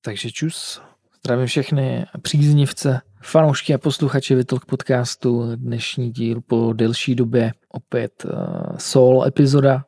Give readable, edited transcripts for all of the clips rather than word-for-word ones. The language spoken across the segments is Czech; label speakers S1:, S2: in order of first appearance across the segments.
S1: Takže čus, zdravím všechny příznivce, fanoušky a posluchači Vitalk podcastu. Dnešní díl po delší době, opět solo epizoda.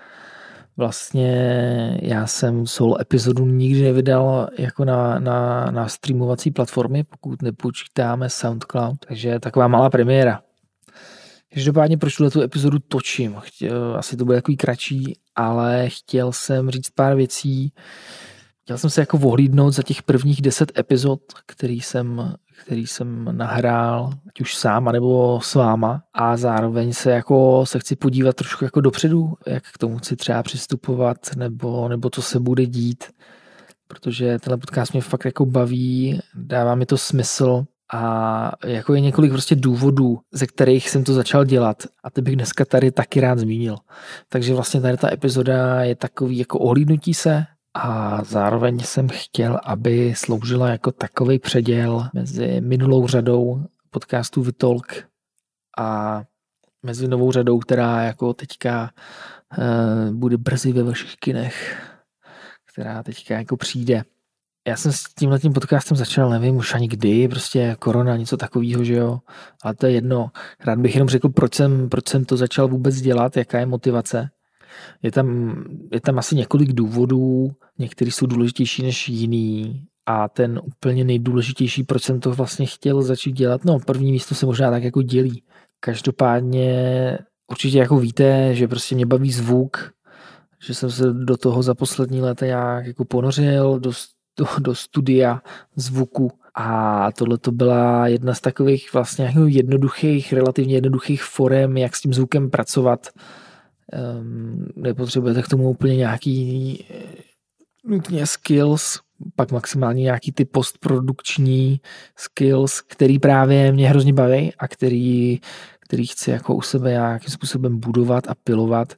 S1: Vlastně já jsem solo epizodu nikdy nevydal jako na streamovací platformy, pokud nepočítáme SoundCloud, takže taková malá premiéra. Každopádně proč tu epizodu točím? Asi to bude takový kratší, ale chtěl jsem říct pár věcí. Chtěl jsem se jako ohlídnout za těch prvních 10 epizod, který jsem nahrál, ať už sám, anebo s váma. A zároveň se chci podívat trošku jako dopředu, jak k tomu chci třeba přistupovat, nebo co se bude dít. Protože tenhle podcast mě fakt jako baví, dává mi to smysl a jako je několik prostě důvodů, ze kterých jsem to začal dělat. A ty bych dneska tady taky rád zmínil. Takže vlastně tady ta epizoda je takový jako ohlídnutí se, a zároveň jsem chtěl, aby sloužila jako takovej předěl mezi minulou řadou podcastů Vitalk a mezi novou řadou, která jako teďka bude brzy ve vašich kinech, která teďka jako přijde. Já jsem s tímhletím podcastem začal, nevím už ani kdy, prostě korona, něco takového, že jo, ale to je jedno. Rád bych jenom řekl, proč jsem to začal vůbec dělat, jaká je motivace. Je tam asi několik důvodů, některý jsou důležitější než jiný a ten úplně nejdůležitější, proč jsem to vlastně chtěl začít dělat, no první místo se možná tak jako dělí. Každopádně určitě jako víte, že prostě mě baví zvuk, že jsem se do toho za poslední léta nějak jako ponořil do studia zvuku a tohle to byla jedna z takových vlastně jako relativně jednoduchých forem, jak s tím zvukem pracovat. Nepotřebujete k tomu úplně nějaký nutně skills, pak maximálně nějaký ty postprodukční skills, který právě mě hrozně baví a který chci jako u sebe nějakým způsobem budovat a pilovat.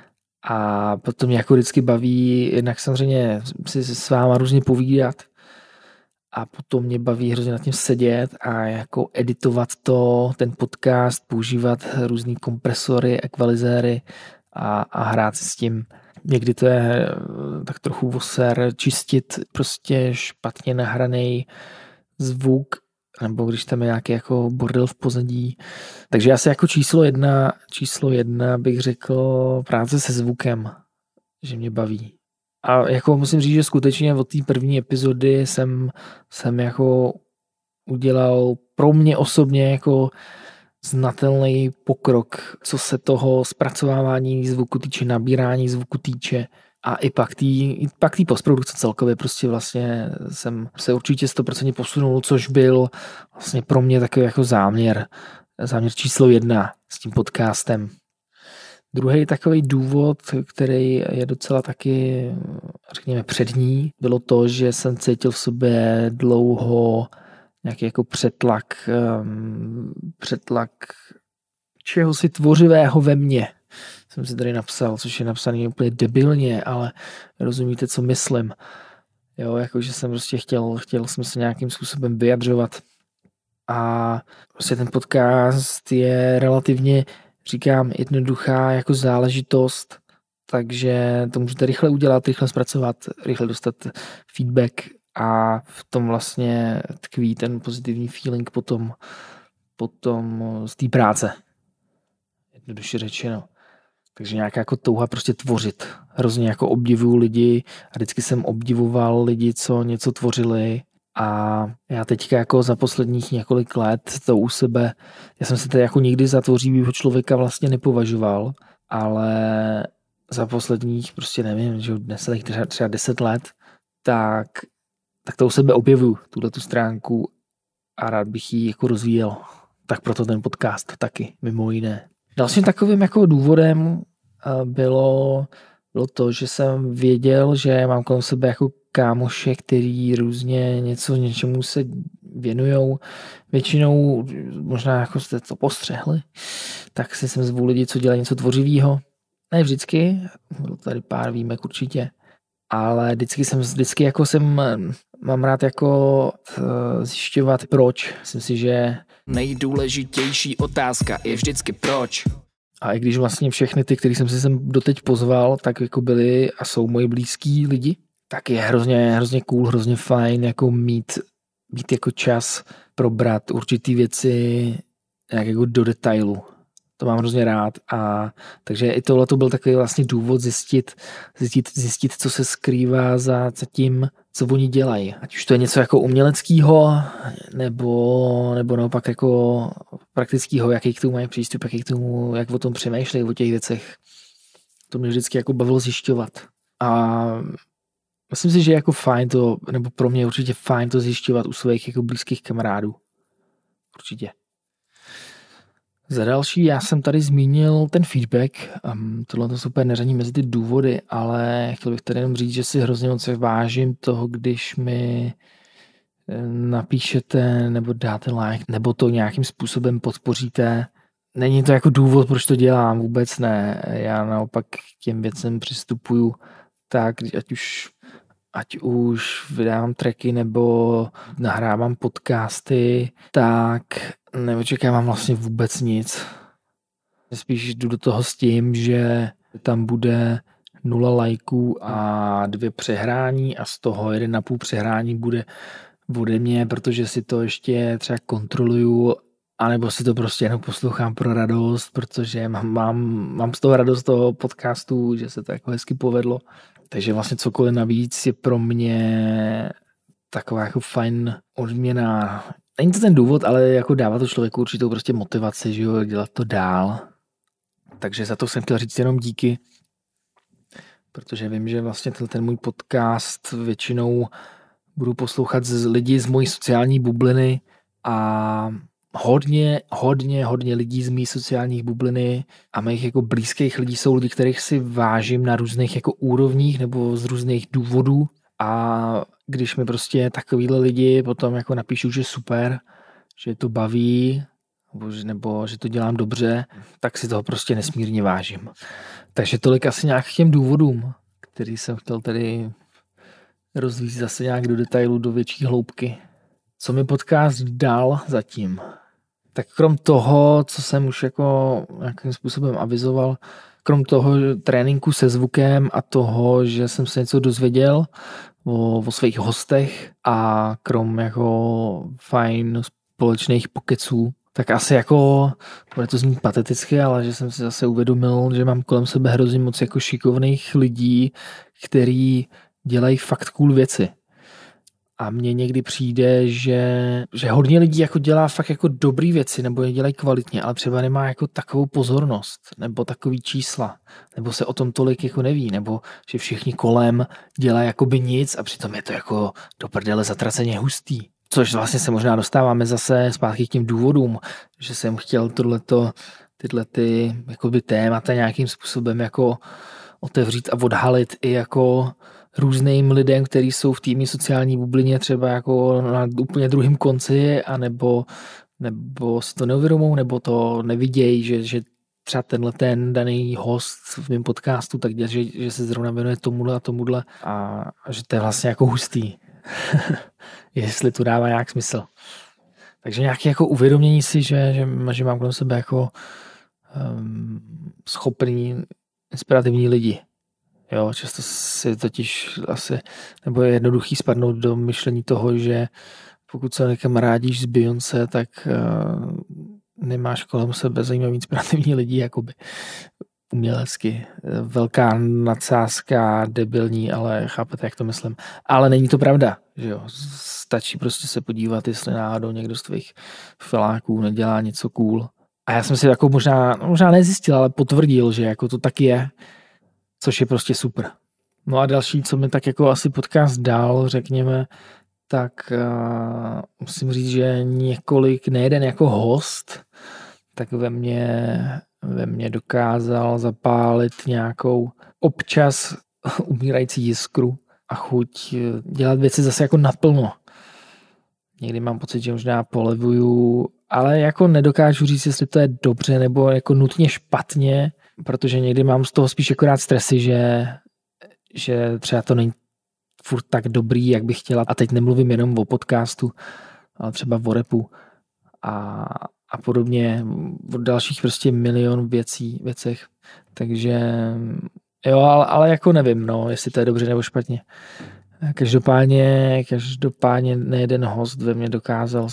S1: A potom mě jako vždycky baví jednak samozřejmě si s váma různě povídat a potom mě baví hrozně nad tím sedět a jako editovat ten podcast, používat různý kompresory, ekvalizéry a hrát si s tím. Někdy to je tak trochu voser, čistit prostě špatně nahraný zvuk, nebo když tam je nějaký jako bordel v pozadí. Takže asi jako číslo jedna bych řekl práce se zvukem, že mě baví. A jako musím říct, že skutečně od té první epizody jsem jako udělal pro mě osobně jako znatelný pokrok, co se toho zpracovávání zvuku týče, nabírání zvuku týče a i pak tý postprodukce celkově prostě vlastně jsem se určitě 100% posunul, což byl vlastně pro mě takový jako záměr číslo 1 s tím podcastem. Druhý takový důvod, který je docela taky, řekněme, přední, bylo to, že jsem cítil v sobě dlouho nějaký jako přetlak čehosi tvořivého ve mně. Jsem si tady napsal, což je napsaný úplně debilně, ale rozumíte, co myslím. Jo, jakože jsem prostě chtěl jsem se nějakým způsobem vyjadřovat. A prostě ten podcast je relativně, říkám, jednoduchá jako záležitost, takže to můžete rychle udělat, rychle zpracovat, rychle dostat feedback a v tom vlastně tkví ten pozitivní feeling potom z té práce. Jednoduše řečeno. Takže nějaká jako touha prostě tvořit. Hrozně jako obdivuju lidi a vždycky jsem obdivoval lidi, co něco tvořili a já teďka jako za posledních několik let to u sebe, já jsem se tady jako nikdy za tvořivého člověka vlastně nepovažoval, ale za posledních prostě nevím, že dnes třeba 10 let, tak to u sebe objevuju, tu stránku a rád bych ji jako rozvíjel. Tak proto ten podcast taky, mimo jiné. Dalším takovým jako důvodem bylo to, že jsem věděl, že mám kolem sebe jako kámoše, který různě něčemu se věnujou. Většinou, možná jako jste to postřehli, tak si jsem zvu lidi, co dělají něco tvořivého. Ne vždycky, bylo tady pár výjimek určitě, ale vždycky jako mám rád jako zjišťovat proč. Myslím si, že nejdůležitější otázka je vždycky proč. A i když vlastně všechny ty, který jsem si sem doteď pozval, tak jako byli a jsou moji blízký lidi, tak je hrozně cool, hrozně fajn jako mít jako čas probrat určitý věci nějak jako do detailu. To mám hrozně rád a takže i tohle to byl takový vlastně důvod zjistit, co se skrývá za tím, co oni dělají. Ať už to je něco jako uměleckého, nebo naopak jako praktického, jaký k tomu mají přístup, jak o tom přemýšlejí, o těch věcech. To mě vždycky jako bavilo zjišťovat. A myslím si, že je jako fajn to, nebo pro mě je určitě fajn to zjišťovat u svých jako blízkých kamarádů. Určitě. Za další, já jsem tady zmínil ten feedback. Tohle to super neřadí mezi ty důvody, ale chtěl bych tady jenom říct, že si hrozně moc vážím toho, když mi napíšete nebo dáte like, nebo to nějakým způsobem podpoříte. Není to jako důvod, proč to dělám, vůbec ne. Já naopak k těm věcem přistupuju tak, ať už vydávám tracky nebo nahrávám podcasty, tak neočekávám vlastně vůbec nic. Spíš jdu do toho s tím, že tam bude 0 lajků a 2 přehrání a z toho 1,5 přehrání bude ode mě, protože si to ještě třeba kontroluju, anebo si to prostě jenom poslouchám pro radost, protože mám z toho radost toho podcastu, že se to jako hezky povedlo. Takže vlastně cokoliv navíc je pro mě taková jako fajn odměna. Není to ten důvod, ale jako dává to člověku určitou prostě motivaci, že jo, dělat to dál. Takže za to jsem chtěl říct jenom díky, protože vím, že vlastně ten můj podcast většinou budu poslouchat lidi z mojí sociální bubliny a hodně lidí z mý sociálních bubliny a mých jako blízkých lidí jsou lidi, kterých si vážím na různých jako úrovních nebo z různých důvodů a když mi prostě takovýhle lidi potom jako napíšou, že super, že to baví nebo že to dělám dobře, tak si toho prostě nesmírně vážím. Takže tolik asi nějak k těm důvodům, který jsem chtěl tady rozvíjet zase nějak do detailu, do větší hloubky. Co mi podcast dal zatím? Tak krom toho, co jsem už jako nějakým způsobem avizoval, krom toho tréninku se zvukem a toho, že jsem se něco dozvěděl o svých hostech a krom jako fajn společných pokeců, tak asi jako, bude to znít pateticky, ale že jsem si zase uvědomil, že mám kolem sebe hrozně moc jako šikovných lidí, který dělají fakt cool věci. A mně někdy přijde, že hodně lidí jako dělá fakt jako dobrý věci, nebo je dělají kvalitně, ale třeba nemá jako takovou pozornost, nebo takový čísla, nebo se o tom tolik jako neví, nebo že všichni kolem dělají jakoby nic a přitom je to jako do prdele zatraceně hustý. Což vlastně se možná dostáváme zase zpátky k těm důvodům, že jsem chtěl tyhle jakoby témata nějakým způsobem jako otevřít a odhalit i jako různým lidem, kteří jsou v týmní sociální bublině třeba jako na úplně druhém konci, nebo si to neuvědomou, nebo to nevidějí, že třeba ten daný host v mém podcastu tak dělá, že se zrovna věnuje tomuhle a tomuhle a že to je vlastně jako hustý. Jestli to dává nějak smysl. Takže nějaké jako uvědomění si, že mám kolem sebe jako schopný, inspirativní lidi. Jo, často si totiž asi, nebo je jednoduchý spadnout do myšlení toho, že pokud se kamarádíš s Beyoncé, tak nemáš kolem sebe zajímavý inspirativní lidi, jakoby umělecky. Velká nadsázka, debilní, ale chápete, jak to myslím. Ale není to pravda, že jo. Stačí prostě se podívat, jestli náhodou někdo z tvých feláků nedělá něco cool. A já jsem si jako možná nezjistil, ale potvrdil, že jako to tak je, což je prostě super. No a další, co mi tak jako asi podcast dal, řekněme, tak musím říct, že nejeden jako host, tak ve mně dokázal zapálit nějakou občas umírající jiskru a chuť dělat věci zase jako naplno. Někdy mám pocit, že možná polevuju, ale jako nedokážu říct, jestli to je dobře nebo jako nutně špatně, protože někdy mám z toho spíš akorát stresy, že třeba to není furt tak dobrý, jak bych chtěla. A teď nemluvím jenom o podcastu, ale třeba o rapu a podobně, o dalších prostě milion věcech. Takže Jo, ale jako nevím, no, jestli to je dobře nebo špatně. Každopádně nejeden host ve mně dokázal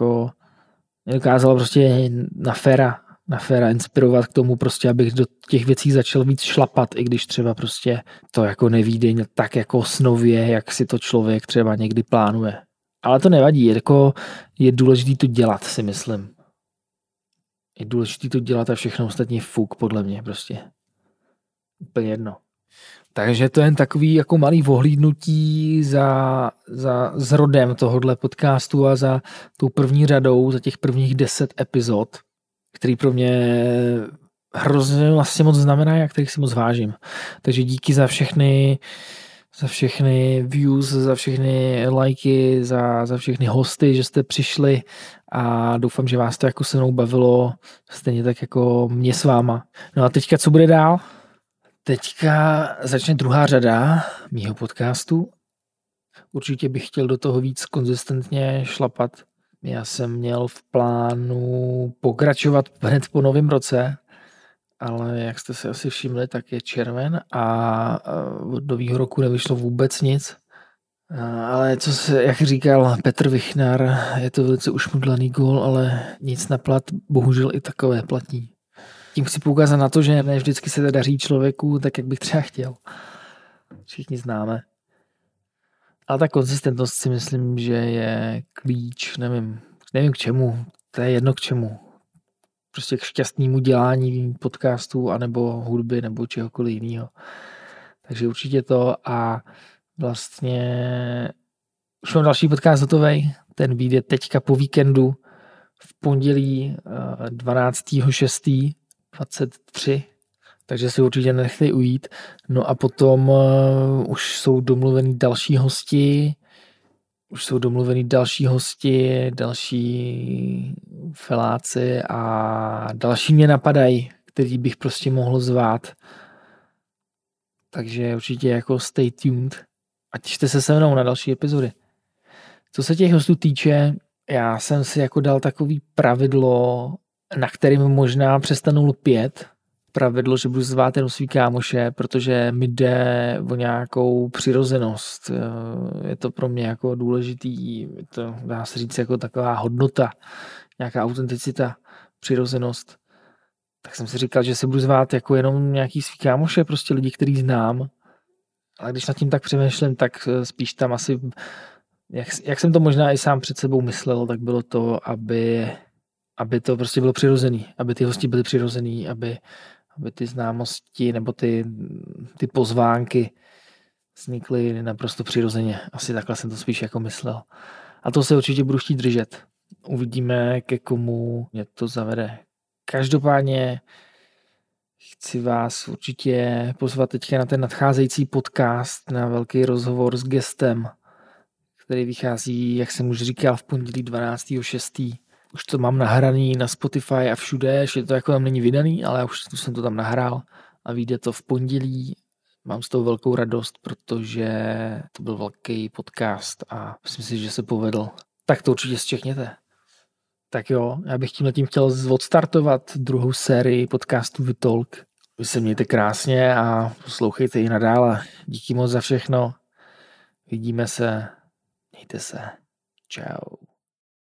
S1: prostě na féra inspirovat k tomu prostě, abych do těch věcí začal víc šlapat, i když třeba prostě to jako nevíde tak jako snově, jak si to člověk třeba někdy plánuje. Ale to nevadí, je důležité to dělat, si myslím. Je důležité to dělat a všechno ostatní fuk, podle mě prostě. Úplně jedno. Takže to je jen takový jako malý ohlídnutí za zrodem tohohle podcastu a za tou první řadou, za těch prvních 10 epizod, který pro mě hrozně vlastně moc znamená, a kterých si moc vážím. Takže díky za všechny views, za všechny lajky, za všechny hosty, že jste přišli a doufám, že vás to jako se mnou bavilo stejně tak jako mě s váma. No a teďka co bude dál? Teďka začne druhá řada mýho podcastu. Určitě bych chtěl do toho víc konzistentně šlapat. Já jsem měl v plánu pokračovat hned po novém roce, ale jak jste si asi všimli, tak je červen a od nového roku nevyšlo vůbec nic. Ale jak říkal Petr Vichnár, je to velice ušmudlaný gól, ale nic na plat, bohužel i takové platí. Tím chci poukázat na to, že ne vždycky se to daří člověku tak, jak bych třeba chtěl. Všichni známe. Ale ta konzistentnost si myslím, že je klíč, nevím k čemu, to je jedno k čemu. Prostě k šťastnému dělání podcastů, anebo hudby, nebo čehokoliv jiného. Takže určitě to a vlastně už mám další podcast hotovej, ten vyjde teďka po víkendu v pondělí 12.6.23, takže si určitě nenechte ujít. No a potom už jsou domluvený další hosti, další feláci a další mě napadají, který bych prostě mohl zvát. Takže určitě jako stay tuned a těšte se se mnou na další epizody. Co se těch hostů týče, já jsem si jako dal takový pravidlo, na kterým možná přestanu lpět. Pravidlo, že budu zvát jenom svý kámoše, protože mi jde o nějakou přirozenost. Je to pro mě jako důležitý, to dá se říct jako taková hodnota, nějaká autenticita, přirozenost. Tak jsem si říkal, že se budu zvát jako jenom nějaký svý kámoše, prostě lidi, který znám. Ale když nad tím tak přemýšlím, tak spíš tam asi, jak jsem to možná i sám před sebou myslel, tak bylo to, aby to prostě bylo přirozený, aby ty hosti byly přirozený, aby ty známosti nebo ty pozvánky vznikly naprosto přirozeně. Asi takhle jsem to spíš jako myslel. A to se určitě budu chtít držet. Uvidíme, ke komu mě to zavede. Každopádně chci vás určitě pozvat teďka na ten nadcházející podcast, na velký rozhovor s gestem, který vychází, jak jsem už říkal, v pondělí 12.6. Už to mám nahraný na Spotify a všude, ještě to jako tam není vydaný, ale už jsem to tam nahrál a vyjde to v pondělí. Mám z toho velkou radost, protože to byl velký podcast a myslím si, že se povedl. Tak to určitě zčekněte. Tak jo, já bych tímhletím chtěl odstartovat druhou sérii podcastu Vytalk. Vy se mějte krásně a poslouchejte i nadále. Díky moc za všechno. Vidíme se. Mějte se. Čau.